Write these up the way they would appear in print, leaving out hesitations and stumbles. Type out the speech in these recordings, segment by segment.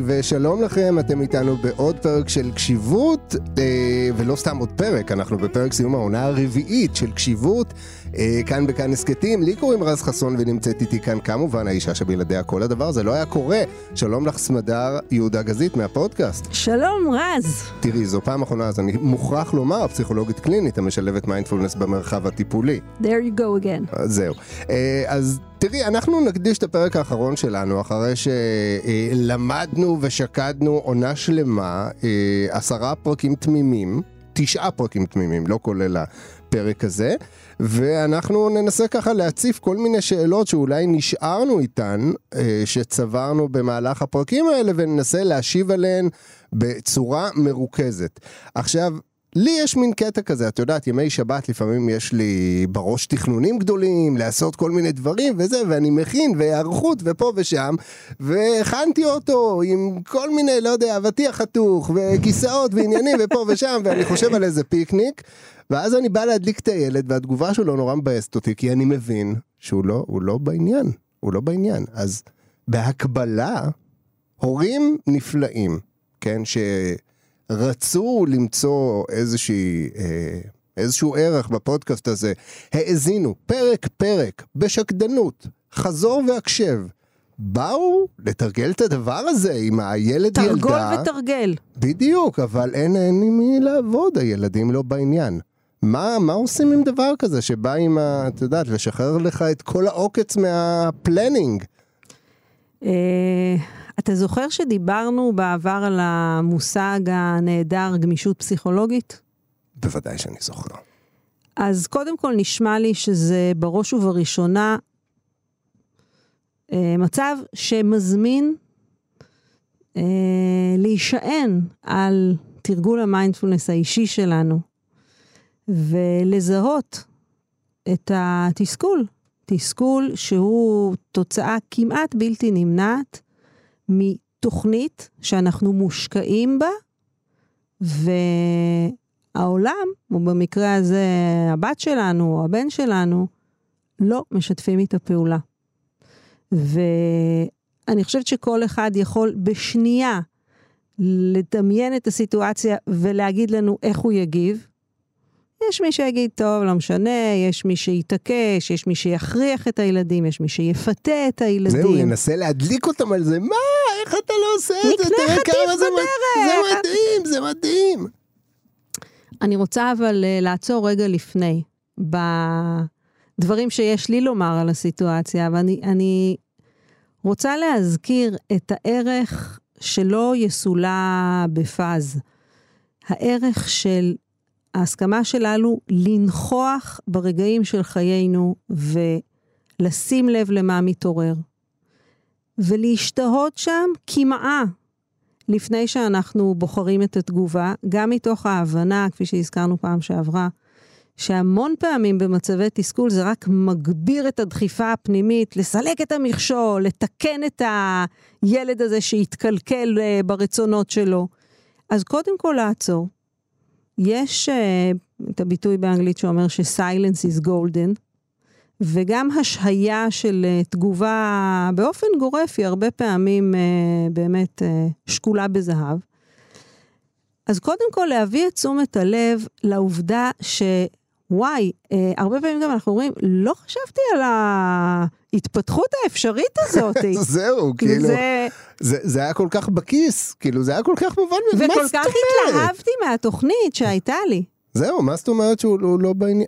ושלום לכם, אתם איתנו בעוד פרק של קשיבות, ולא סתם עוד פרק, אנחנו בפרק סיום העונה הרביעית של קשיבות, כאן בכאן הסקטים. לי קוראים רז חסון ונמצאת איתי כאן כמובן האישה שבלעדיה כל הדבר זה לא היה קורה. שלום לך סמדר יהודה גזית מהפודקאסט. שלום רז. תראי, זו פעם אחרונה, אז אני מוכרח לומר, פסיכולוגית קלינית המשלבת מיינדפולנס במרחב הטיפולי. There you go again. זהו. אז תראי, אנחנו נקדיש את הפרק האחרון שלנו, אחרי שלמדנו ושקדנו עונה שלמה, 10 פרקים תמימים, 9 פרקים תמימים, לא כולל הפרק הזה, ואנחנו ננסה ככה להציף כל מיני שאלות שאולי נשארנו איתן, שצברנו במהלך הפרקים האלה, וננסה להשיב עליהן בצורה מרוכזת. עכשיו, לי יש מין קטע כזה, את יודעת, ימי שבת לפעמים יש לי בראש תכנונים גדולים, לעשות כל מיני דברים וזה, ואני מכין והערכות ופה ושם, והכנתי אותו עם כל מיני, לא יודע, אבטיח חתוך וכיסאות ועניינים ופה ושם, ואני חושב על איזה פיקניק, ואז אני בא להדליק את הילד, והתגובה שלו נורא מבאסת אותי, כי אני מבין שהוא לא בעניין, הוא לא בעניין. אז בהקבלה, הורים נפלאים, כן, רצו למצוא איזשהו ערך בפודקאסט הזה, האזינו פרק בשקדנות, חזור והקשב, באו לתרגל את הדבר הזה עם הילד ילדה. תרגול ותרגל. בדיוק, אבל אין עם מי לעבוד, הילדים לא בעניין. מה עושים עם דבר כזה שבא עם, את יודעת, לשחרר לך את כל העוקץ מהפלנינג? אתה זוכר שדיברנו בעבר על המושג הנהדר גמישות פסיכולוגית? בוודאי שאני זוכר. אז קודם כל נשמע לי שזה בראש ובראשונה מצב שמזמין להישען על תרגול המיינדפולנס האישי שלנו, ולזהות את התסכול. תסכול שהוא תוצאה כמעט בלתי נמנעת, מתוכנית שאנחנו מושקעים בה, והעולם, ובמקרה הזה הבת שלנו או הבן שלנו, לא משתפים איתה פעולה. ואני חושבת שכל אחד יכול בשנייה לדמיין את הסיטואציה ולהגיד לנו איך הוא יגיב. יש מי שיגיד, טוב, לא משנה, יש מי שיתעקש, יש מי שיכריח את הילדים, יש מי שיפתה את הילדים. זהו, ינסה להדליק אותם על זה, מה? איך אתה לא עושה את זה? תראה כמה זה מדהים, זה מדהים. אני רוצה אבל לעצור רגע לפני, בדברים שיש לי לומר על הסיטואציה, ואני רוצה להזכיר את הערך שלא יסולה בפאז. הערך של ההסכמה שלנו לנחוח ברגעים של חיינו ולשים לב למה מתעורר. ולהשתהות שם כמעה לפני שאנחנו בוחרים את התגובה, גם מתוך ההבנה, כפי שהזכרנו פעם שעברה, שהמון פעמים במצבי תסכול זה רק מגביר את הדחיפה הפנימית, לסלק את המכשול, לתקן את הילד הזה שהתקלקל ברצונות שלו. אז קודם כל לעצור. יש את הביטוי באנגלית שאומר ש-silence is golden, וגם השהיה של תגובה באופן גורף היא הרבה פעמים באמת שקולה בזהב. אז קודם כל להביא את תשומת הלב לעובדה שוואי, הרבה פעמים גם אנחנו אומרים, לא חשבתי על ההתפתחות האפשרית הזאת. זהו, כאילו, זה היה כל כך בכיס, כאילו זה היה כל כך מובן, וכל כך התלהבתי מהתוכנית שהייתה לי. זהו, מה זאת אומרת שהוא לא בעניין,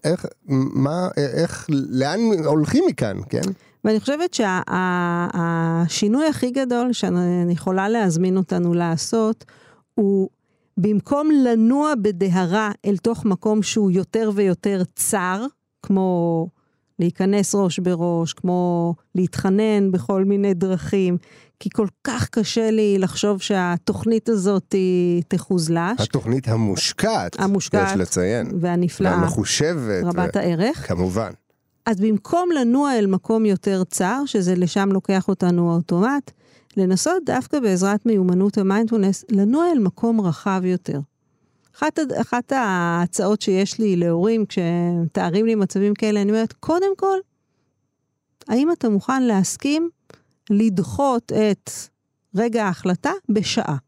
לאן הולכים מכאן, כן? ואני חושבת שהשינוי הכי גדול שאני יכולה להזמין אותנו לעשות, הוא במקום לנוע בדהרה אל תוך מקום שהוא יותר ויותר צר, כמו להיכנס ראש בראש, כמו להתחנן בכל מיני דרכים, כי כל כך קשה לי לחשוב שהתוכנית הזאת תחוזלש. התוכנית המושקעת, יש לציין. והנפלאה. והמחושבת. רבת הערך. כמובן. אז במקום לנוע אל מקום יותר צר, שזה לשם לוקח אותנו האוטומט, לנסות דווקא בעזרת מיומנות המיינדפולנס, לנוע אל מקום רחב יותר. אחת ההצעות שיש לי להורים, כשתארים לי מצבים כאלה, אני אומרת, קודם כל, האם אתה מוכן להסכים לדחות את רגע ההחלטה בשעה.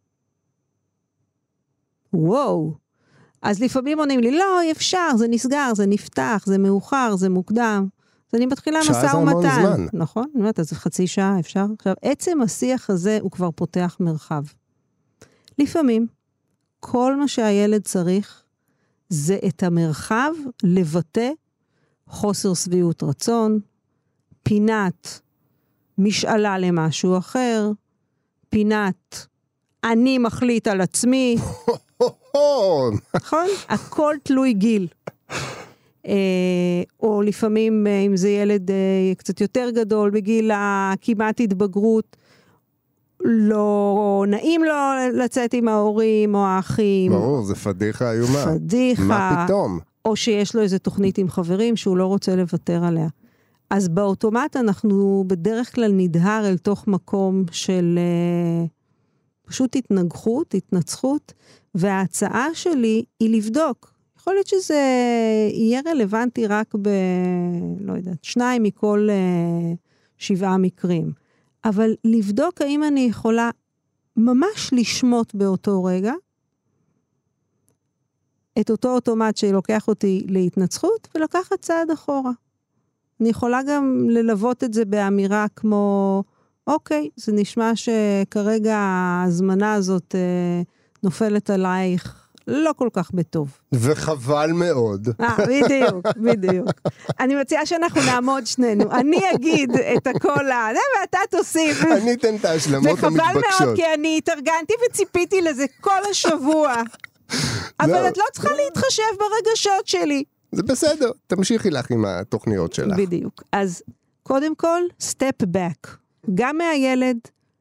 וואו. אז לפעמים עונים לי, לא, אי אפשר, זה נסגר, זה נפתח, זה מאוחר, זה מוקדם. אז אני מתחילה מסע ומתן. נכון? אני אומרת, אז זה חצי שעה, אפשר? עכשיו, עצם השיח הזה הוא כבר פותח מרחב. לפעמים, כל מה שהילד צריך, זה את המרחב לבטא חוסר שביעות רצון, פינת משאלה למשהו אחר, פינת אני מחליט על עצמי, נכון? הכל תלוי גיל. או לפעמים אם זה ילד קצת יותר גדול, בגיל הכמעט התבגרות, לא נעים לו לצאת עם ההורים או האחים. ברור, זה פדיחה איומה. פדיחה. מה פתאום? או שיש לו איזה תוכנית עם חברים שהוא לא רוצה לוותר עליה. אז באוטומט אנחנו בדרך כלל נדהר אל תוך מקום של פשוט התנגחות, התנצחות, וההצעה שלי היא לבדוק. יכול להיות שזה יהיה רלוונטי רק לא יודעת, 2 מכל 7 מקרים. אבל לבדוק האם אני יכולה ממש לשמות באותו רגע, את אותו אוטומט שלוקח אותי להתנצחות, ולקחת צעד אחורה. אני יכולה גם ללוות את זה באמירה כמו, אוקיי, זה נשמע שכרגע ההזמנה הזאת נופלת עלייך לא כל כך בטוב. וחבל מאוד. בדיוק, בדיוק. אני מציעה שאנחנו נעמוד שנינו. אני אגיד את הכל, ואתה תוסיף. אני אתן את ההשלמות המתבקשות. וחבל מאוד, כי אני התארגנתי וציפיתי לזה כל השבוע. אבל את לא צריכה להתחשב ברגשות שלי. זה בסדר, תמשיכי לך עם התוכניות שלך. בדיוק. אז קודם כל, step back. גם מהילד,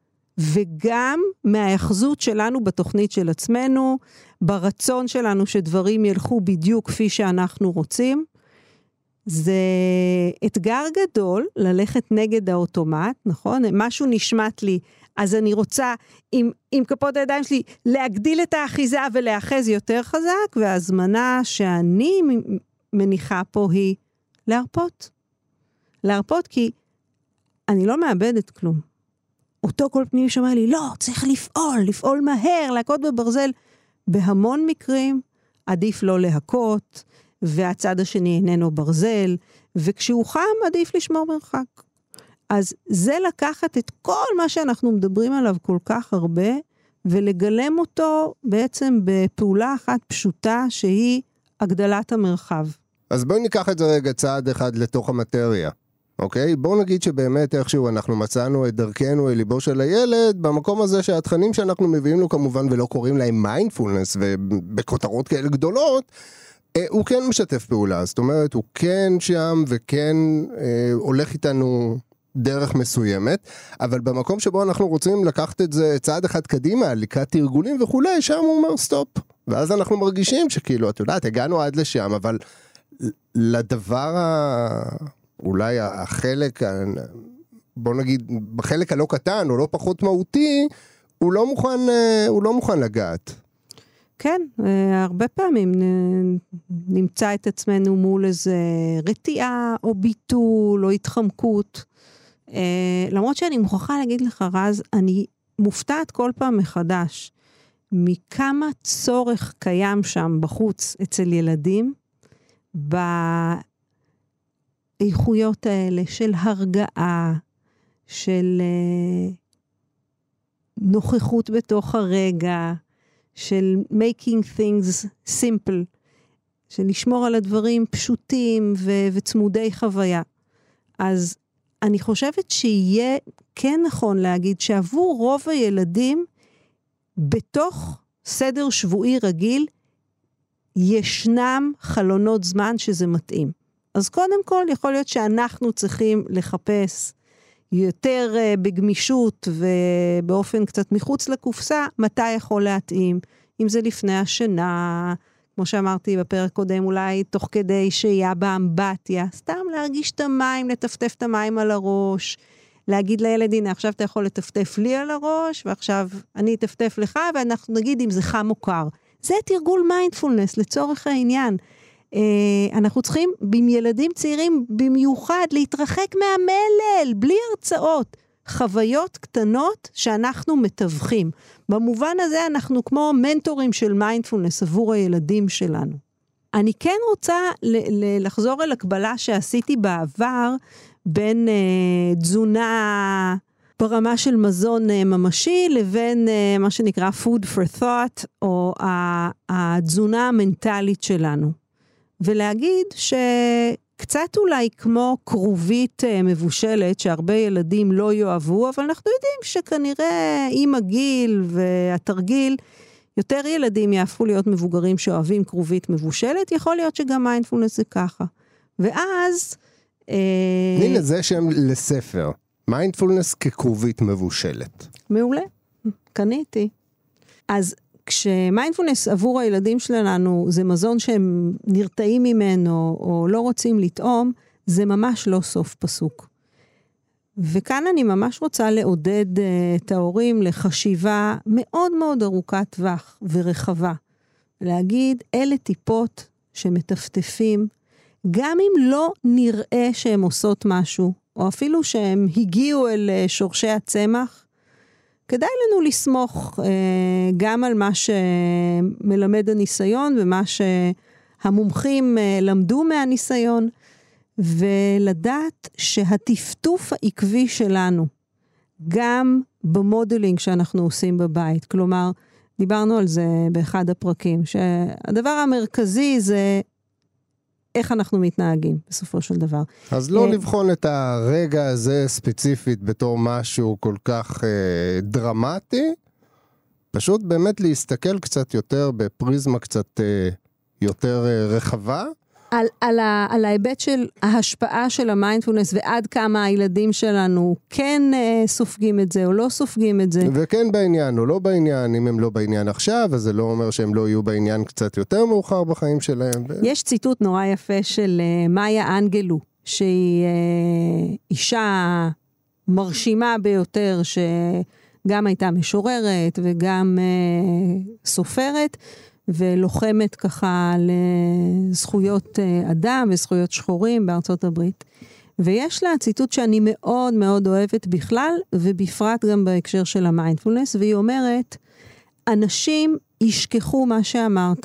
וגם מההאחזות שלנו בתוכנית של עצמנו, ברצון שלנו שדברים ילכו בדיוק כפי שאנחנו רוצים. זה אתגר גדול ללכת נגד האוטומט, נכון? משהו נשמט לי, אז אני רוצה עם כפות הידיים שלי להגדיל את האחיזה ולאחז יותר חזק, וההזמנה שאני מניחה פה היא להרפות. להרפות כי אני לא מאבדת כלום. אותו כל פנים שאומר לי, לא, צריך לפעול מהר, להכות בברזל. בהמון מקרים עדיף לא להכות, והצד השני איננו ברזל, וכשהוא חם עדיף לשמור מרחק. אז זה לקחת את כל מה שאנחנו מדברים עליו כל כך הרבה, ולגלם אותו בעצם בפעולה אחת פשוטה, שהיא הגדלת המרחב. אז בואי ניקח את זה רגע צעד אחד לתוך המטריה. אוקיי? בואו נגיד שבאמת איכשהו אנחנו מצאנו את דרכנו אל ליבו של הילד, במקום הזה שהתכנים שאנחנו מביאים לו כמובן ולא קוראים להם מיינדפולנס, ובכותרות כאלה גדולות, הוא כן משתף פעולה, זאת אומרת, הוא כן שם וכן הולך איתנו דרך מסוימת, אבל במקום שבו אנחנו רוצים לקחת את זה צעד אחד קדימה, לקראת תרגולים וכולי, שם הוא אומר סטופ. ואז אנחנו מרגישים שכאילו, את יודעת, הגענו עד לשם, אבל לדבר אולי החלק, בוא נגיד, בחלק הלא קטן או לא פחות מהותי, הוא לא מוכן לגעת. כן, הרבה פעמים נמצא את עצמנו מול איזה רתיעה או ביטול או התחמקות. למרות שאני מוכרחה להגיד לך, רז, אני מופתעת כל פעם מחדש מכמה צורך קיים שם בחוץ אצל ילדים, באיכויות האלה של הרגעה, של נוכחות בתוך הרגע, של making things simple, של לשמור על הדברים פשוטים וצמודי חוויה. אז אני חושבת שיהיה כן נכון להגיד שעבור רוב הילדים, בתוך סדר שבועי רגיל, ישנם חלונות זמן שזה מתאים. אז קודם כל יכול להיות שאנחנו צריכים לחפש יותר בגמישות ובאופן קצת מחוץ לקופסה, מתי יכול להתאים. אם זה לפני השינה, כמו שאמרתי בפרק קודם, אולי תוך כדי שהייה באמבטיה, סתם להרגיש את המים, לטפטף את המים על הראש, להגיד לילד, הנה, עכשיו אתה יכול לטפטף לי על הראש, ועכשיו אני אטפטף לך, ואנחנו נגיד אם זה חם או קר. זה תרגול מיינדפולנס לצורך העניין. אנחנו צריכים, עם ילדים צעירים במיוחד, להתרחק מהמלל, בלי הרצאות. חוויות קטנות שאנחנו מתווכים. במובן הזה אנחנו כמו מנטורים של מיינדפולנס עבור הילדים שלנו. אני כן רוצה לחזור אל הקבלה שעשיתי בעבר, בין תזונה ברמה של מזון ממשי, לבין מה שנקרא food for thought, או התזונה המנטלית שלנו. ולהגיד שקצת אולי כמו כרובית מבושלת, שהרבה ילדים לא יאהבו, אבל אנחנו יודעים שכנראה עם הגיל והתרגיל, יותר ילדים יהפכו להיות מבוגרים שאוהבים כרובית מבושלת, יכול להיות שגם מיינדפולנס זה ככה. ואז... הנה זה שם לספר. מיינדפולנס ככרובית מבושלת. מעולה, קניתי. אז כשמיינדפולנס עבור הילדים שלנו זה מזון שהם נרתעים ממנו או לא רוצים לטעום, זה ממש לא סוף פסוק. וכאן אני ממש רוצה לעודד את ההורים לחשיבה מאוד מאוד ארוכת טווח ורחבה. להגיד, אלה טיפות שמטפטפים, גם אם לא נראה שהם עושות משהו, או אפילו שהם הגיעו אל שורשי הצמח, כדאי לנו לסמוך גם על מה שמלמד הניסיון, ומה שהמומחים למדו מהניסיון, ולדעת שהטפטוף העקבי שלנו, גם במודלינג שאנחנו עושים בבית, כלומר, דיברנו על זה באחד הפרקים, שהדבר המרכזי זה איך אנחנו מתנהגים בסופו של דבר. אז לא לבחון את הרגע הזה ספציפית בתור משהו כל כך דרמטי, פשוט באמת להסתכל קצת יותר בפריזמה קצת יותר רחבה. על ההיבט של ההשפעה של המיינדפולנס, ועד כמה הילדים שלנו כן סופגים את זה או לא סופגים את זה. וכן בעניין או לא בעניין, אם הם לא בעניין עכשיו, אז זה לא אומר שהם לא יהיו בעניין קצת יותר מאוחר בחיים שלהם. יש ציטוט נורא יפה של מאיה אנגלו, שהיא אישה מרשימה ביותר, שגם הייתה משוררת וגם סופרת, ולוחמת ככה לזכויות אדם וזכויות שחורים בארצות הברית. ויש לה ציטוט שאני מאוד מאוד אוהבת בכלל, ובפרט גם בהקשר של המיינדפולנס, והיא אומרת, אנשים ישכחו מה שאמרת,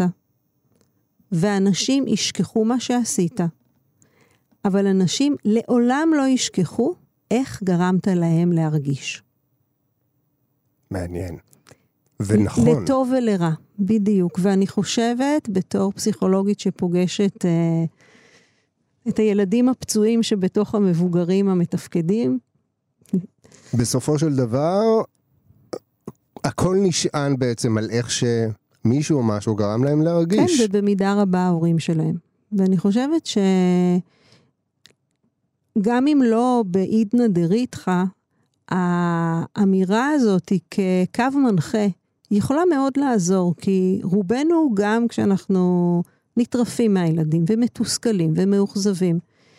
ואנשים ישכחו מה שעשית, אבל אנשים לעולם לא ישכחו איך גרמת להם להרגיש. מעניין. ונכון. לטוב ולרע, בדיוק. ואני חושבת, בתור פסיכולוגית שפוגשת את הילדים הפצועים שבתוך המבוגרים המתפקדים. בסופו של דבר, הכל נשען בעצם על איך שמישהו או משהו גרם להם להרגיש. כן, ובמידה רבה ההורים שלהם. ואני חושבת שגם אם לא בעידנא דריתחא, האמירה הזאת היא כקו מנחה, היא יכולה מאוד לעזור, כי רובנו גם כשאנחנו נטרפים מהילדים ומתוסכלים ומאוכזבים,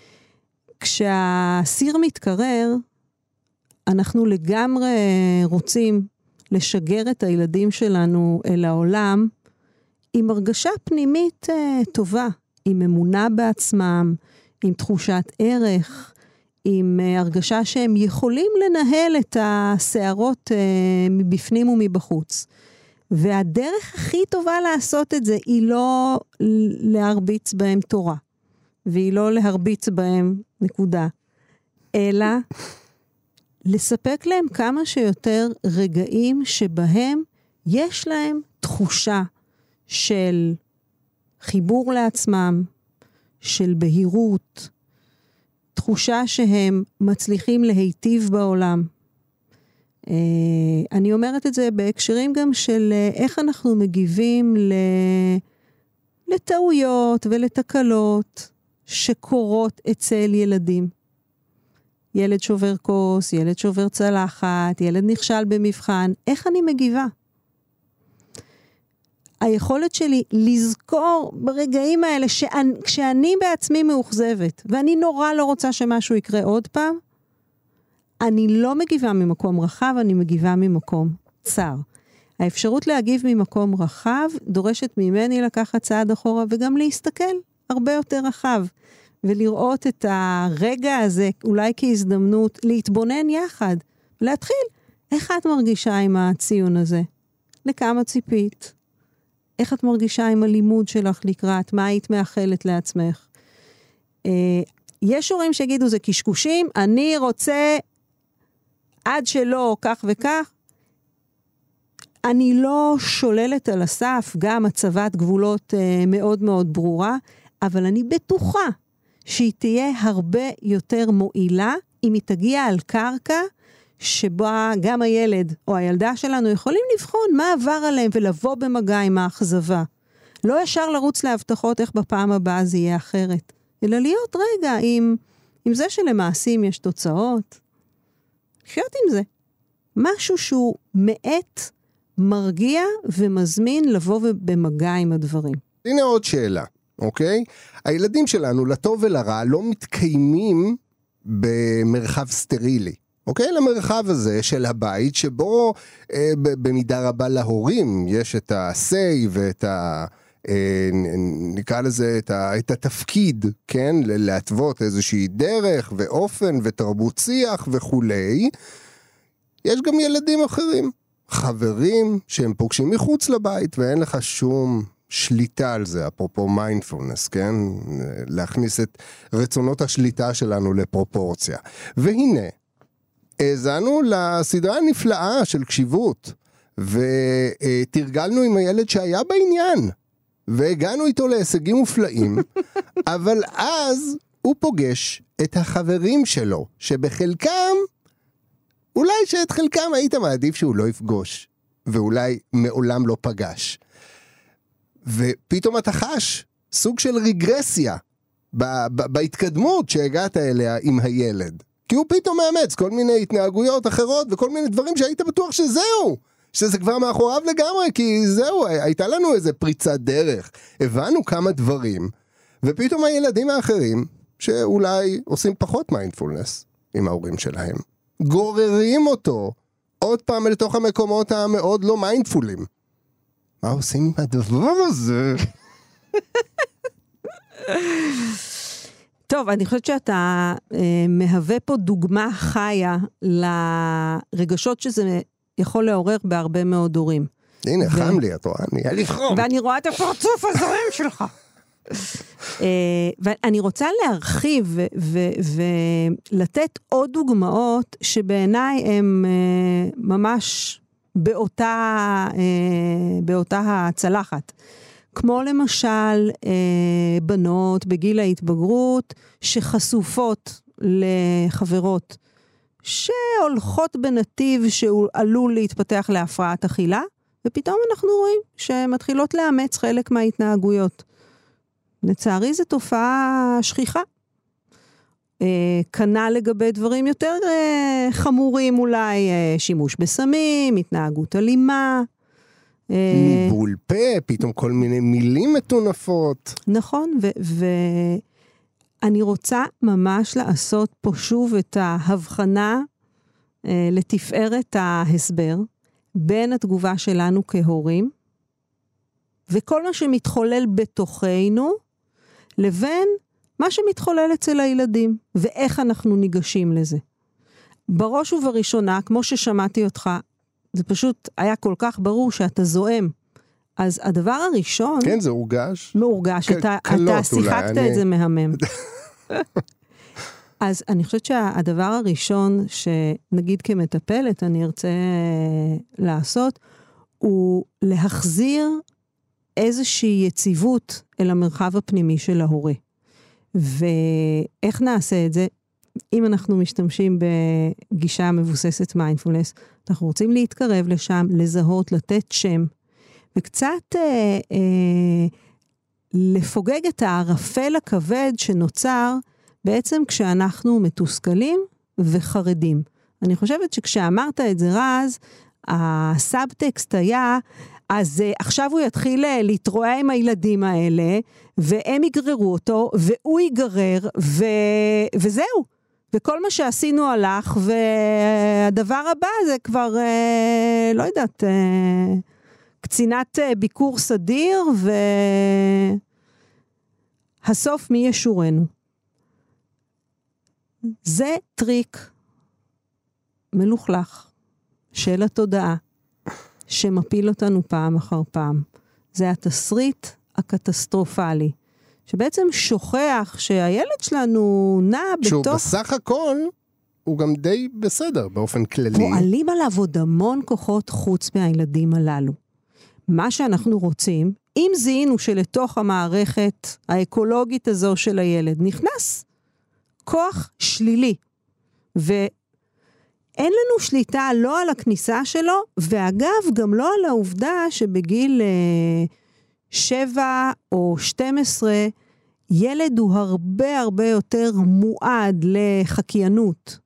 כשהסיר מתקרר, אנחנו לגמרי רוצים לשגר את הילדים שלנו אל העולם, עם הרגשה פנימית טובה, עם אמונה בעצמם, עם תחושת ערך, עם הרגשה שהם יכולים לנהל את השערות מבפנים ומבחוץ. והדרך הכי טובה לעשות את זה היא לא להרביץ בהם תורה, והיא לא להרביץ בהם נקודה, אלא לספק להם כמה שיותר רגעים שבהם יש להם תחושה של חיבור לעצמם, של בהירות, תחושה שהם מצליחים להיטיב בעולם. אני אומרת את זה בהקשרים גם של איך אנחנו מגיבים לטעויות ולתקלות שקורות אצל ילדים. ילד שובר כוס, ילד שובר צלחת, ילד נכשל במבחן. איך אני מגיבה? היכולת שלי לזכור ברגעים האלה כשאני בעצמי מאוכזבת, ואני נורא לא רוצה שמשהו יקרה עוד פעם, אני לא מגיבה ממקום רחב, אני מגיבה ממקום צר. האפשרות להגיב ממקום רחב דורשת ממני לקחת צעד אחורה, וגם להסתכל הרבה יותר רחב, ולראות את הרגע הזה אולי כהזדמנות להתבונן יחד להתחיל, איך את מרגישה עם הציון הזה? לכמה ציפית? איך את מרגישה עם הלימוד שלך לקראת? מה היית מאחלת לעצמך? יש הורים שיגידו, זה קשקושים, אני רוצה עד שלא כך וכך. אני לא שוללת על הסף, גם הצבת גבולות מאוד מאוד ברורה, אבל אני בטוחה שהיא תהיה הרבה יותר מועילה, אם היא תגיע על קרקע, שבה גם הילד או הילדה שלנו יכולים לבחון מה עבר עליהם, ולבוא במגע עם האכזבה. לא ישר לרוץ להבטחות איך בפעם הבאה זה יהיה אחרת, אלא להיות רגע עם זה שלמעשים יש תוצאות. לחיות עם זה. משהו שהוא מעט מרגיע ומזמין לבוא במגע עם הדברים. הנה עוד שאלה, אוקיי? הילדים שלנו, לטוב ולרע, לא מתקיימים במרחב סטרילי. אוקיי? למרחב הזה של הבית, שבו במידה רבה להורים יש את ה-say ואת נקרא לזה את התפקיד, כן? להתוות איזושהי דרך ואופן ותרבות שיח וכולי. יש גם ילדים אחרים, חברים שהם פוגשים מחוץ לבית, ואין לך שום שליטה על זה, אפרופו מיינדפולנס, כן? להכניס את רצונות השליטה שלנו לפרופורציה. והנה, האזנו לסדרה הנפלאה של קשיבות, ותרגלנו עם הילד שהיה בעניין, והגענו איתו להישגים מופלאים, אבל אז הוא פוגש את החברים שלו, שבחלקם, אולי שאת חלקם היית מעדיף שהוא לא יפגוש, ואולי מעולם לא פגש. ופתאום אתה חש סוג של רגרסיה בהתקדמות שהגעת אליה עם הילד. כי הוא פתאום מאמץ כל מיני התנהגויות אחרות וכל מיני דברים שהיית בטוח שזהו, שזה כבר מאחוריו לגמרי, כי זהו, הייתה לנו איזה פריצת דרך, הבנו כמה דברים, ופתאום הילדים האחרים, שאולי עושים פחות מיינדפולנס עם ההורים שלהם, גוררים אותו עוד פעם לתוך המקומות המאוד לא מיינדפולים. מה עושים עם הדבר הזה? טוב, אני חושבת שאתה מהווה פה דוגמה חיה לרגשות שזה יכול לעורר בהרבה מאוד הורים. הנה, חם לי, את רואה, נהיה לי חום. ואני רואה את הפרצוף הזוהם שלך. ואני רוצה להרחיב ולתת עוד דוגמאות שבעיניי הן ממש באותה הצלחת. כמו למשל בנות בגיל ההתבגרות שחשופות לחברות שהולכות בנתיב שהוא עלול להתפתח להפרעת אכילה, ופתאום אנחנו רואים שמתחילות לאמץ חלק מההתנהגויות. לצערי זו תופעה שכיחה. כנ"ל לגבי דברים יותר חמורים אולי, שימוש בסמים, התנהגות אלימה, ניבול פה, פתאום כל מיני מילים מטונפות. נכון, ואני רוצה ממש לעשות פה שוב את ההבחנה לתפארת ההסבר, בין התגובה שלנו כהורים, וכל מה שמתחולל בתוכנו, לבין מה שמתחולל אצל הילדים, ואיך אנחנו ניגשים לזה. בראש ובראשונה, כמו ששמעתי אותך, זה פשוט היה כל כך ברור שאתה זועם. אז הדבר הראשון... כן, זה הורגש. מהורגש, אתה שיחקת את זה מהמם. אז אני חושבת שהדבר הראשון שנגיד כמטפלת אני ארצה לעשות, הוא להחזיר איזושהי יציבות אל המרחב הפנימי של ההורה. ואיך נעשה את זה? אם אנחנו משתמשים בגישה מבוססת מיינדפולנס, אנחנו רוצים להתקרב לשם, לזהות, לתת שם, וקצת לפוגג את הערפל הכבד שנוצר בעצם כשאנחנו מתוסכלים וחרדים. אני חושבת שכשאמרת את זה רז, הסאבטקסט היה, אז עכשיו הוא יתחיל להתרועע עם הילדים האלה, והם יגררו אותו, והוא יגרר, וזהו. וכל מה שעשינו הלך, והדבר הבא זה כבר, לא יודעת, קצינת ביקור סדיר, והסוף מי ישורנו. זה טריק מלוכלך של התודעה, שמפיל אותנו פעם אחר פעם. זה התסריט הקטסטרופלי, שבעצם שוכח שהילד שלנו נע שהוא בתוך... בסך הכל, הוא גם די בסדר באופן כללי. פועלים עליו עוד המון כוחות חוץ מהילדים הללו. מה שאנחנו רוצים, אם זיהינו שלתוך המערכת האקולוגית הזו של הילד נכנס כוח שלילי, ואין לנו שליטה לא על הכניסה שלו, ואגב גם לא על העובדה שבגיל 7 או 12, ילד הוא הרבה הרבה יותר מועד לחקיינות,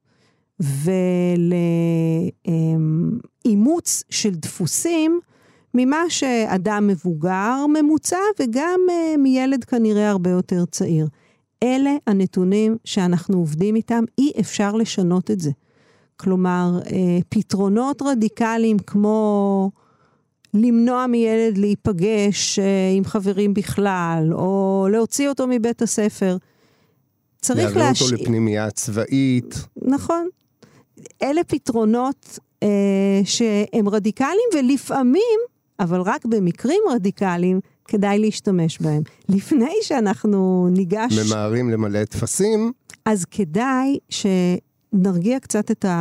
ולאימוץ של דפוסים, ממה שאדם מבוגר ממוצע, וגם מילד כנראה הרבה יותר צעיר. אלה הנתונים שאנחנו עובדים איתם, אי אפשר לשנות את זה. כלומר, פתרונות רדיקליים כמו למנוע מילד להיפגש עם חברים בכלל, או להוציא אותו מבית הספר, צריך להעביר אותו לפנימייה צבאית. נכון. אלה פתרונות שהם רדיקליים, ולפעמים, אבל רק במקרים רדיקליים, כדאי להשתמש בהם. לפני שאנחנו ניגש... ממהרים למלא תפסים. אז כדאי שנרגיע קצת את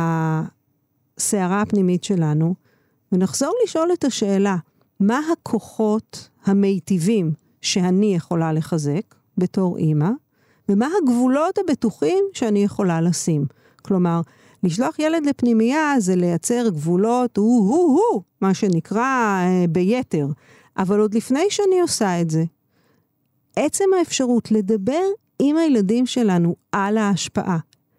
השערה הפנימית שלנו, ונחזור לשאול את השאלה, מה הכוחות המיטיבים שאני יכולה לחזק בתור אימא, ומה הגבולות הבטוחים שאני יכולה לשים. כלומר, לשלוח ילד לפנימייה זה לייצר גבולות, מה שנקרא ביתר. אבל עוד לפני שאני עושה את זה, עצם האפשרות לדבר עם הילדים שלנו על ההשפעה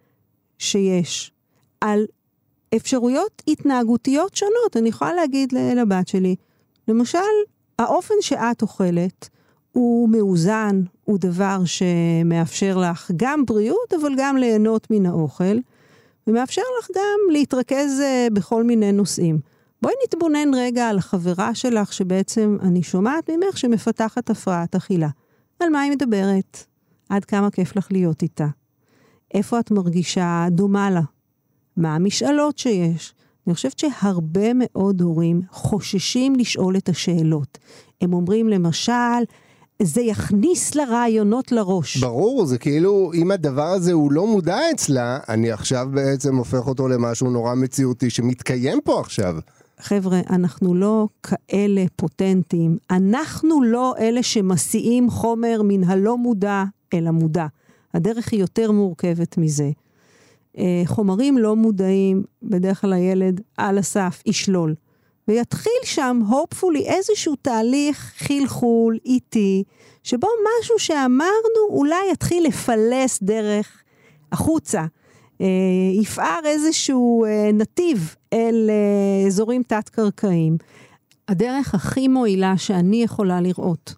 שיש, על אפשרויות התנהגותיות שונות. אני יכולה להגיד לבת שלי, למשל, האופן שאת אוכלת הוא מאוזן, הוא דבר שמאפשר לך גם בריאות, אבל גם ליהנות מן האוכל, ומאפשר לך גם להתרכז בכל מיני נושאים. בואי נתבונן רגע על החברה שלך, שבעצם אני שומעת ממך שמפתחת הפרעת אכילה. על מה היא מדברת? עד כמה כיף לך להיות איתה? איפה את מרגישה דומה לה? מה המשאלות שיש? אני חושבת שהרבה מאוד הורים חוששים לשאול את השאלות. הם אומרים למשל, זה יכניס לרעיונות לראש. ברור, זה כאילו, אם הדבר הזה הוא לא מודע אצלה, אני עכשיו בעצם הופך אותו למשהו נורא מציאותי שמתקיים פה עכשיו. חבר'ה, אנחנו לא כאלה פוטנטים. אנחנו לא אלה שמסיעים חומר מן הלא מודע אל המודע. הדרך היא יותר מורכבת מזה. חומרים לא מודעים, בדרך כלל הילד על הסף ישלול. ויתחיל שם, hopefully, איזשהו תהליך חילחול איטי, שבו משהו שאמרנו אולי יתחיל לפלס דרך החוצה. יפער איזשהו נתיב אל אזורים תת-קרקעיים. הדרך הכי מועילה שאני יכולה לראות,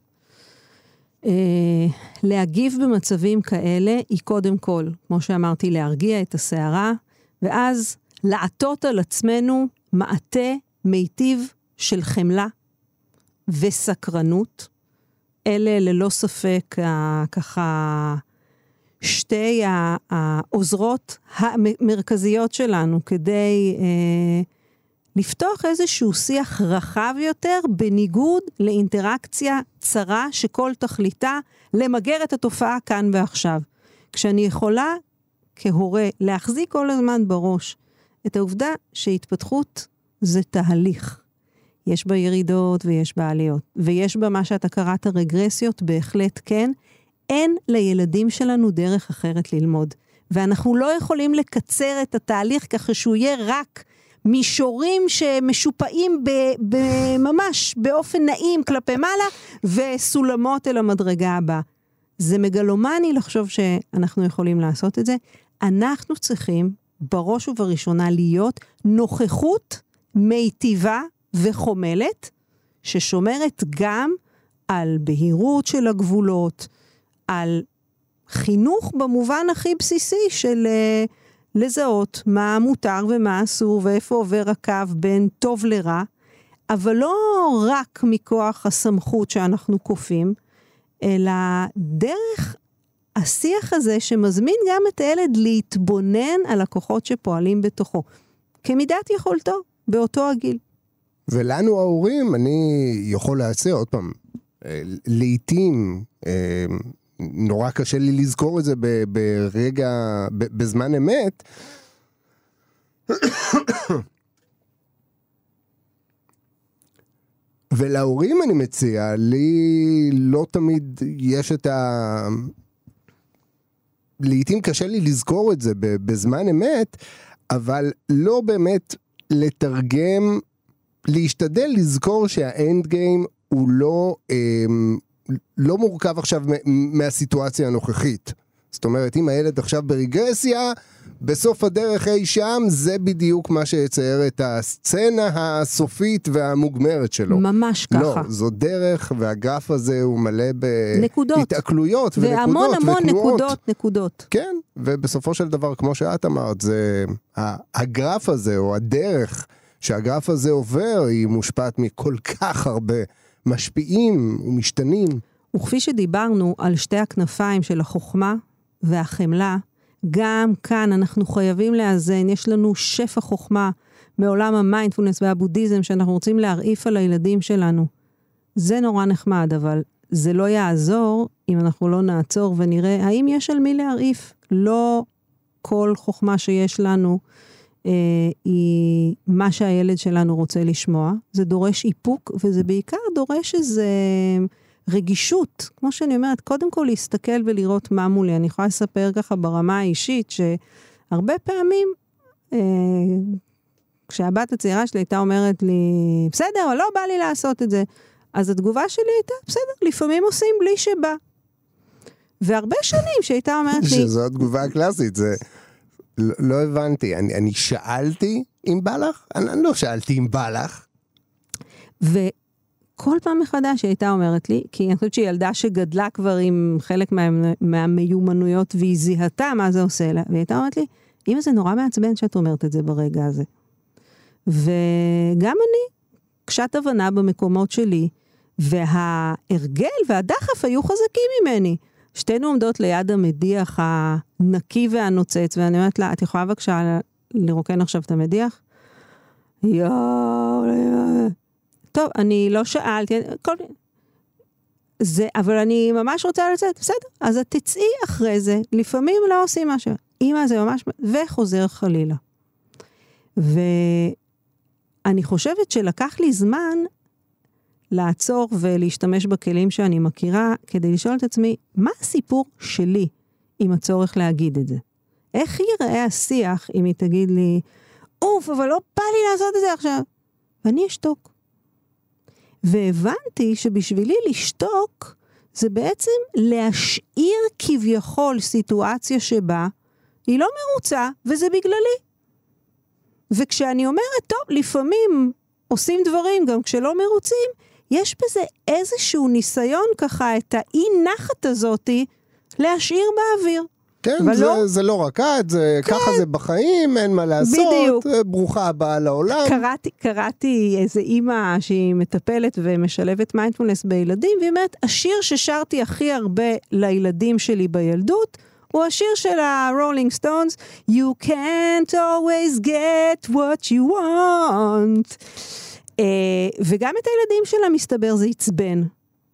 להגיב במצבים כאלה, היא קודם כל, כמו שאמרתי, להרגיע את השערה, ואז לעטות על עצמנו מעטה מיטיב של חמלה וסקרנות. אלה ללא ספק ככה שתי העוזרות המרכזיות שלנו כדי לפתוח איזשהו שיח רחב יותר בניגוד לאינטראקציה צרה שכל תכליתה למגר את התופעה כאן ועכשיו. כשאני יכולה כהורה להחזיק כל הזמן בראש את העובדה שהתפתחות זה תהליך. יש בה ירידות ויש בה עליות. ויש בה מה שאתה קראת רגרסיות, בהחלט כן. אין לילדים שלנו דרך אחרת ללמוד. ואנחנו לא יכולים לקצר את התהליך ככה שהוא יהיה רק מישורים שמשופעים ממש באופן נעים כלפי מעלה, וסולמות אל המדרגה הבאה. זה מגלומני לחשוב שאנחנו יכולים לעשות את זה. אנחנו צריכים בראש ובראשונה להיות נוכחות מיטיבה וחומלת, ששומרת גם על בהירות של הגבולות, על חינוך במובן הכי בסיסי של לזהות מה מותר ומה אסור, ואיפה עובר הקו בין טוב לרע, אבל לא רק מכוח הסמכות שאנחנו קופים, אלא דרך השיח הזה שמזמין גם את הילד להתבונן על הכוחות שפועלים בתוכו. כמידת יכולתו, באותו הגיל. ולנו ההורים, אני יכול להציע עוד פעם, לעתים, נורא קשה לי לזכור את זה ברגע, בזמן אמת, ולהורים אני מציע, לי לא תמיד יש את לעתים קשה לי לזכור את זה בזמן אמת, אבל לא באמת לתרגם, להשתדל לזכור שהאנד גיים הוא לא מורכב עכשיו מהסיטואציה הנוכחית. זאת אומרת, אם הילד עכשיו ברגרסיה, בסוף הדרך אי שם, זה בדיוק מה שיצייר את הסצנה הסופית והמוגמרת שלו. ממש ככה. לא, זו דרך, והגרף הזה הוא מלא נקודות. בהתעכלויות ונקודות והמון ותנועות. נקודות. כן, ובסופו של דבר, כמו שאת אמרת, זה, הגרף הזה, או הדרך שהגרף הזה עובר, היא מושפעת מכל כך הרבה משפיעים ומשתנים. וכפי שדיברנו על שתי הכנפיים של החוכמה והחמלה, גם כאן אנחנו חייבים לאזן, יש לנו שפע חוכמה מעולם המיינדפולנס והבודהיזם שאנחנו רוצים להרעיף על הילדים שלנו. זה נורא נחמד, אבל זה לא יעזור אם אנחנו לא נעצור ונראה האם יש על מי להרעיף. לא כל חוכמה שיש לנו היא מה שהילד שלנו רוצה לשמוע. זה דורש איפוק, וזה בעיקר דורש איזה רגישות. כמו שאני אומרת, קודם כל להסתכל ולראות מה מולי. אני יכולה לספר ככה ברמה האישית, שהרבה פעמים, כשהבת הצעירה שלי הייתה אומרת לי, בסדר, לא בא לי לעשות את זה. אז התגובה שלי הייתה, בסדר, לפעמים עושים בלי שבא. והרבה שנים שהייתה אומרת לי... שזו התגובה הקלאסית, זה... לא הבנתי, אני שאלתי אם בא לך? אני לא שאלתי אם בא לך. וכל פעם מחדש היא הייתה אומרת לי, כי אני חושבת שהיא ילדה שגדלה כבר עם חלק מהמיומנויות, והיא זיהתה מה זה עושה לה, והיא הייתה אומרת לי, אמא זה נורא מעצבן שאת אומרת את זה ברגע הזה. וגם אני, קשת הבנה במקומות שלי, וההרגל והדחף היו חזקים ממני. שתינו עומדות ליד המדיח הנקי והנוצץ, ואני אומרת לה, את יכולה בבקשה לרוקן עכשיו את המדיח? טוב, אני לא שאלתי, אבל אני ממש רוצה לצאת, בסדר, אז את תצאי אחרי זה, לפעמים לא עושים משהו, אמא זה ממש, וחוזר חלילה. ואני חושבת שלקח לי זמן, לעצור ולהשתמש בכלים שאני מכירה, כדי לשאול את עצמי, מה הסיפור שלי עם הצורך להגיד את זה? איך ייראה השיח אם היא תגיד לי, אוף, אבל לא בא לי לעשות את זה עכשיו. ואני אשתוק. והבנתי שבשבילי לשתוק, זה בעצם להשאיר כביכול סיטואציה שבה, היא לא מרוצה, וזה בגללי. וכשאני אומרת, טוב, לפעמים עושים דברים גם כשלא מרוצים, יש בזה איזשהו ניסיון ככה, את האי נחת הזאת, להשאיר באוויר. כן, זה לא רק את, ככה זה בחיים, אין מה לעשות, בדיוק. ברוכה הבאה לעולם. קראתי איזה אימא שהיא מטפלת ומשלבת מיינדפולנס בילדים, והיא אומרת, השיר ששרתי הכי הרבה לילדים שלי בילדות, הוא השיר של ה-Rolling Stones, You can't always get what you want. וגם את הילדים שלה מסתבר זה יצבן.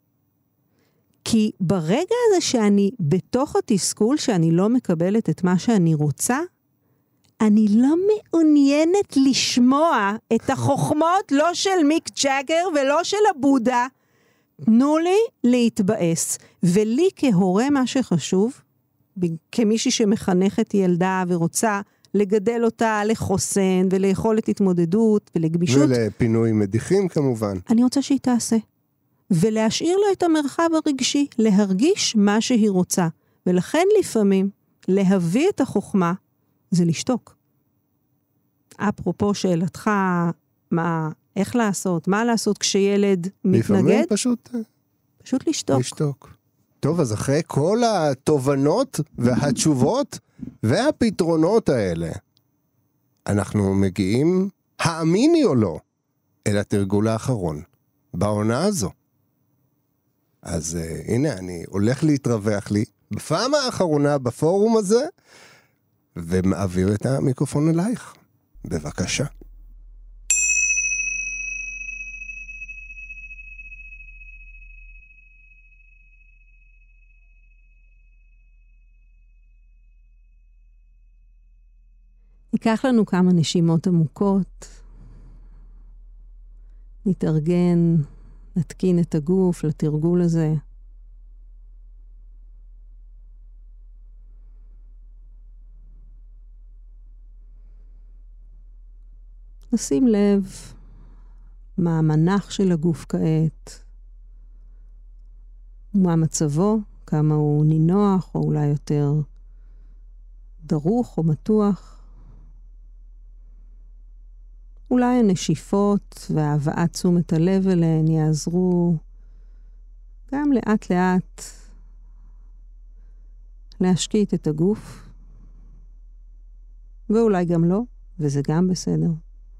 כי ברגע הזה שאני בתוך התסכול, שאני לא מקבלת את מה שאני רוצה, אני לא מעוניינת לשמוע את החוכמות, לא של מיק ג'אגר ולא של הבודה. תנו לי להתבאס. ולי כהורה מה שחשוב, כמישהי שמחנכת ילדה ורוצה לגדל אותה לחוסן וליכולת התמודדות ולגמישות. ולפינוי מדיחים כמובן. אני רוצה שהיא תעשה. ולהשאיר לה את המרחב הרגשי, להרגיש מה שהיא רוצה. ולכן לפעמים, להביא את החוכמה, זה לשתוק. אפרופו שאלתך, איך לעשות, מה לעשות כשילד מתנגד? לפעמים פשוט לשתוק. לשתוק. טוב, אז אחרי כל התובנות והתשובות והפתרונות האלה, אנחנו מגיעים, האמיני או לא, אל התרגול האחרון, בעונה הזו. אז הנה, אני הולך להתרווח לי, בפעם האחרונה בפורום הזה, ומעביר את המיקרופון אלייך. בבקשה. ייקח לנו כמה נשימות עמוקות, נתארגן, נתקין את הגוף לתרגול הזה. נשים לב מה המנח של הגוף כעת, מה מצבו, כמה הוא נינוח או אולי יותר דרוך או מתוח. אולי הנשיפות והבאת תשומת הלב אליהן יעזרו גם לאט לאט להשקיט את הגוף, ואולי גם לא, וזה גם בסדר.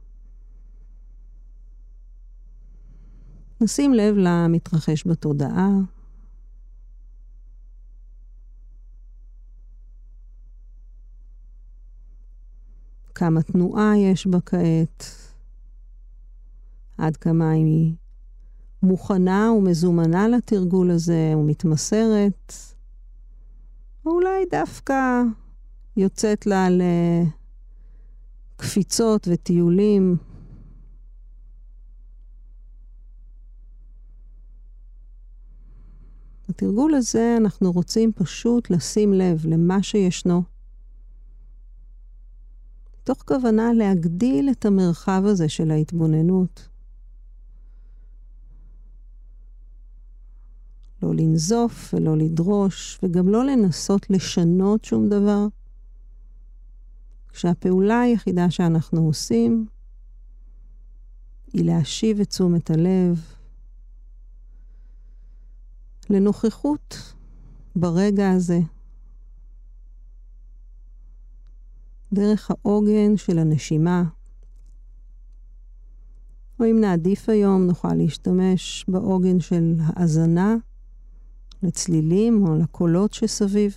נשים לב למתרחש בתודעה, כמה תנועה יש בה כעת, עד כמה היא מוכנה ומזומנה לתרגול הזה ומתמסרת, או אולי דווקא יוצאת לה לקפיצות וטיולים. בתרגול הזה אנחנו רוצים פשוט לשים לב למה שישנו, תוך כוונה להגדיל את המרחב הזה של ההתבוננות. לא לנזוף ולא לדרוש, וגם לא לנסות לשנות שום דבר. כשהפעולה היחידה שאנחנו עושים היא להשיב את תשומת הלב לנוכחות ברגע הזה, דרך העוגן של הנשימה. או אם נעדיף היום, נוכל להשתמש בעוגן של האזנה לצלילים או לקולות שסביב.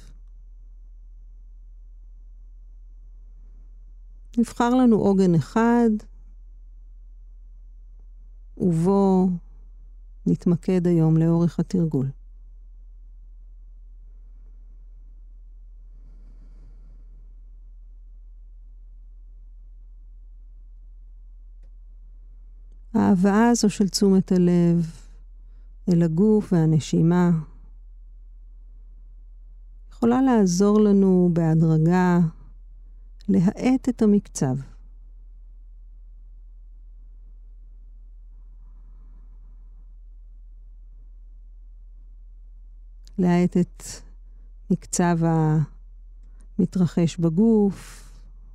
נבחר לנו עוגן אחד, ובו נתמקד היום לאורך התרגול. ההבאה הזו של תשומת הלב אל הגוף והנשימה יכולה לעזור לנו בהדרגה להאט את המקצב. להאט את מקצב המתרחש בגוף,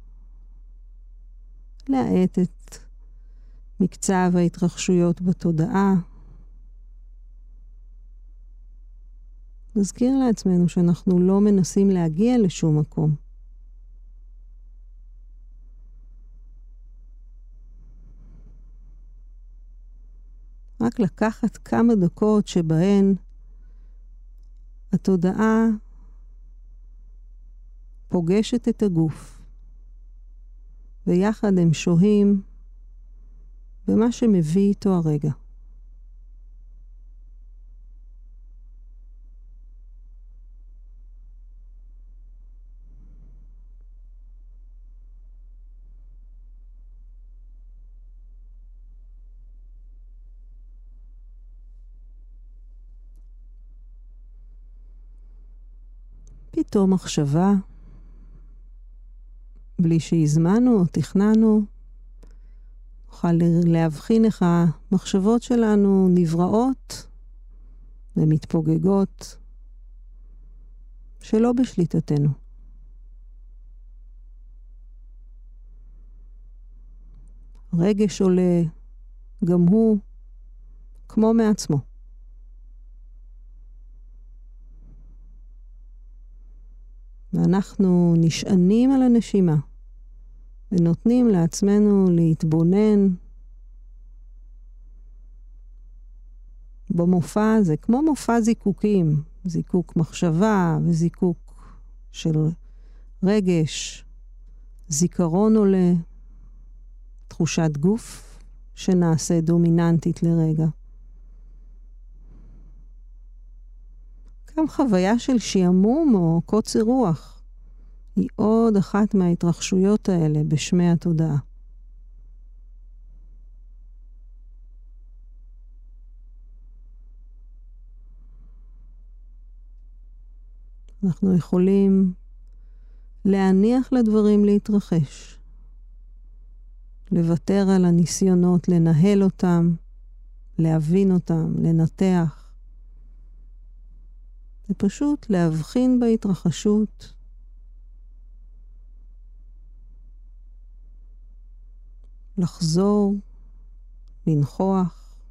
להאט את מקצב ההתרחשויות בתודעה. נזכיר לעצמנו שאנחנו לא מנסים להגיע לשום מקום. רק לקחת כמה דקות שבהן התודעה פוגשת את הגוף, ויחד הם שוהים במה שמביא איתו הרגע. פתאום מחשבה, בלי שהזמנו או תכננו, נוכל להבחין איך המחשבות שלנו נבראות ומתפוגגות שלא בשליטתנו. רגש עולה גם הוא כמו מעצמו. ואנחנו נשענים על הנשימה ונותנים לעצמנו להתבונן במופע הזה, כמו מופע זיקוקים, זיקוק מחשבה וזיקוק של רגש, זיכרון עולה, תחושת גוף שנעשה דומיננטית לרגע. גם חוויה של שיעמום או קוצר רוח היא עוד אחת מההתרחשויות האלה בשמי התודעה. אנחנו יכולים להניח לדברים להתרחש, לוותר על הניסיונות לנהל אותם, להבין אותם, לנתח. זה פשוט להבחין בהתרחשות, לחזור, לנחוח,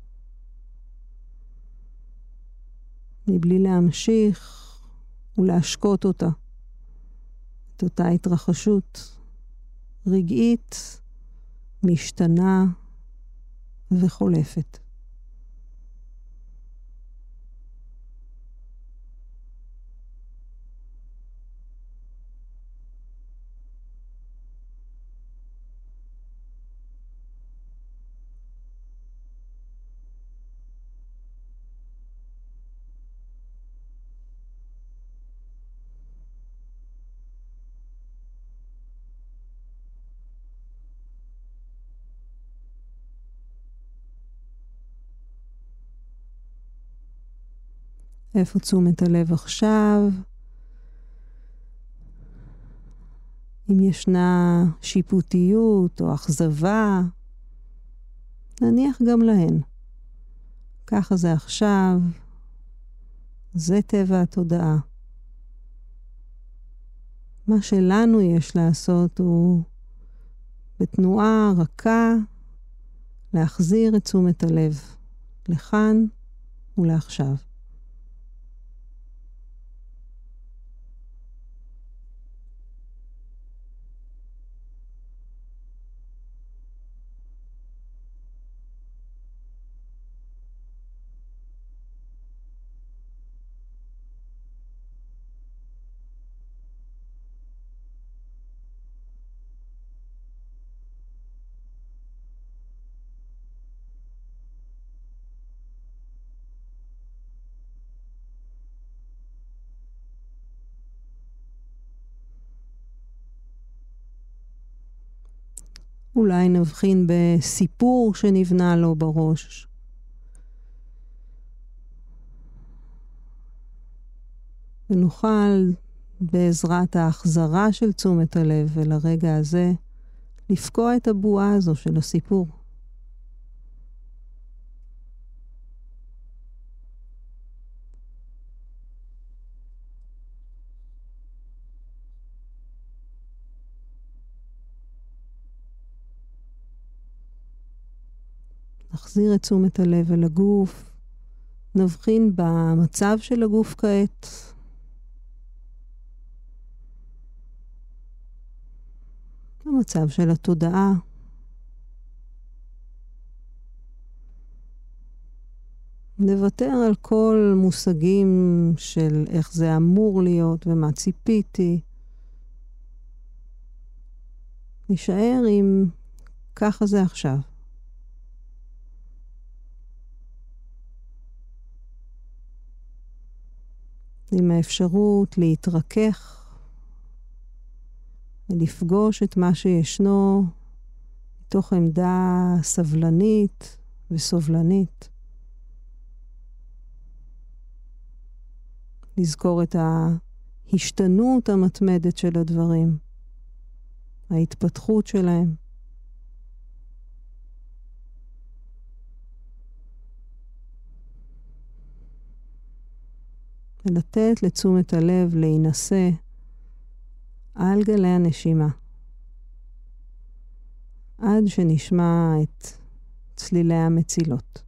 מבלי להמשיך ולהשקות אותה, את אותה התרחשות רגעית, משתנה וחולפת. איפה תשומת הלב עכשיו? אם ישנה שיפוטיות או אכזבה, נניח גם להן. ככה זה עכשיו, זה טבע התודעה. מה שלנו יש לעשות הוא בתנועה רכה להחזיר את תשומת הלב לכאן ולעכשיו. אולי נבחין בסיפור שנבנה לו בראש. ונוכל בעזרת ההחזרה של תשומת הלב ולרגע הזה לפקוע את הבועה הזו של הסיפור. נחזיר את תשומת הלב אל הגוף, נבחין במצב של הגוף כעת. במצב של התודעה. נוותר על כל מושגים של איך זה אמור להיות ומה ציפיתי. נשאר עם ככה זה עכשיו. עם האפשרות להתרכך ולפגוש את מה שישנו מתוך עמדה סבלנית וסובלנית. לזכור את ההשתנות המתמדת של הדברים, ההתפתחות שלהם. ולתת לתשומת הלב להינשא על גלי הנשימה. עד שנשמע את צלילי המצילות.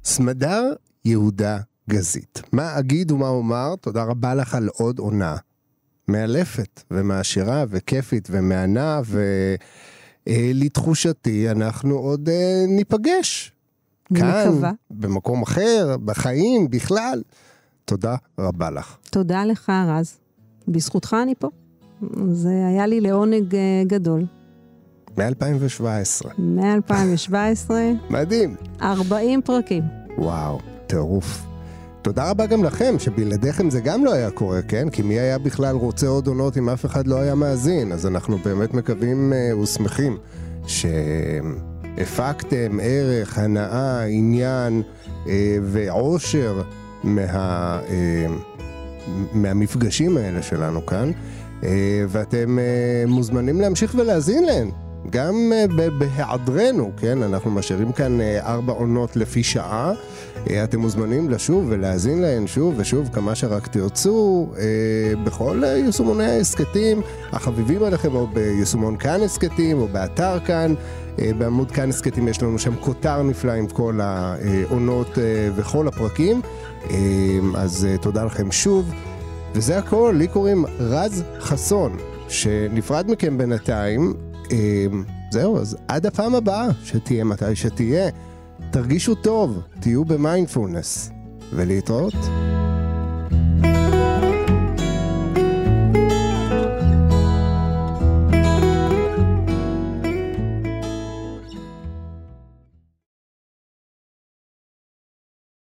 סמדר יהודה גזית. מה אגיד ומה אומר? תודה רבה לך על עוד עונה. מאלפת ומעשירה וכיפית ומענה, ולתחושתי אנחנו עוד ניפגש. כאן, במקום אחר, בחיים, בכלל. תודה רבה לך. תודה לך, רז. בזכותך אני פה. זה היה לי לעונג גדול. מ-2017. מ-2017. מדהים. 40 פרקים. וואו, טירוף. תודה רבה גם לכם, שבלעדיכם זה גם לא היה קורה, כן? כי מי היה בכלל רוצה עוד עונות אם אף אחד לא היה מאזין? אז אנחנו באמת מקווים ושמחים שהפקתם ערך, הנאה, עניין ועושר מהמפגשים האלה שלנו כאן, ואתם מוזמנים להמשיך ולהזין להן. גם בהיעדרנו, כן? אנחנו משאירים כאן 4 עונות לפי שעה. אתם מוזמנים לשוב ולהזין להן שוב ושוב כמה שרק תרצו, בכל יישומוני העסקתים החביבים עליכם, או ביישומון כאן עסקתים, או באתר כאן. בעמוד כאן עסקתים יש לנו שם כותר נפלא עם כל העונות וכל הפרקים. אז תודה לכם שוב. וזה הכל, לי קוראים רז חסון, שנפרד מכם בינתיים. זהו, אז עד הפעם הבאה שתהיה מתי שתהיה, תרגישו טוב, תהיו במיינדפולנס, ולהתראות.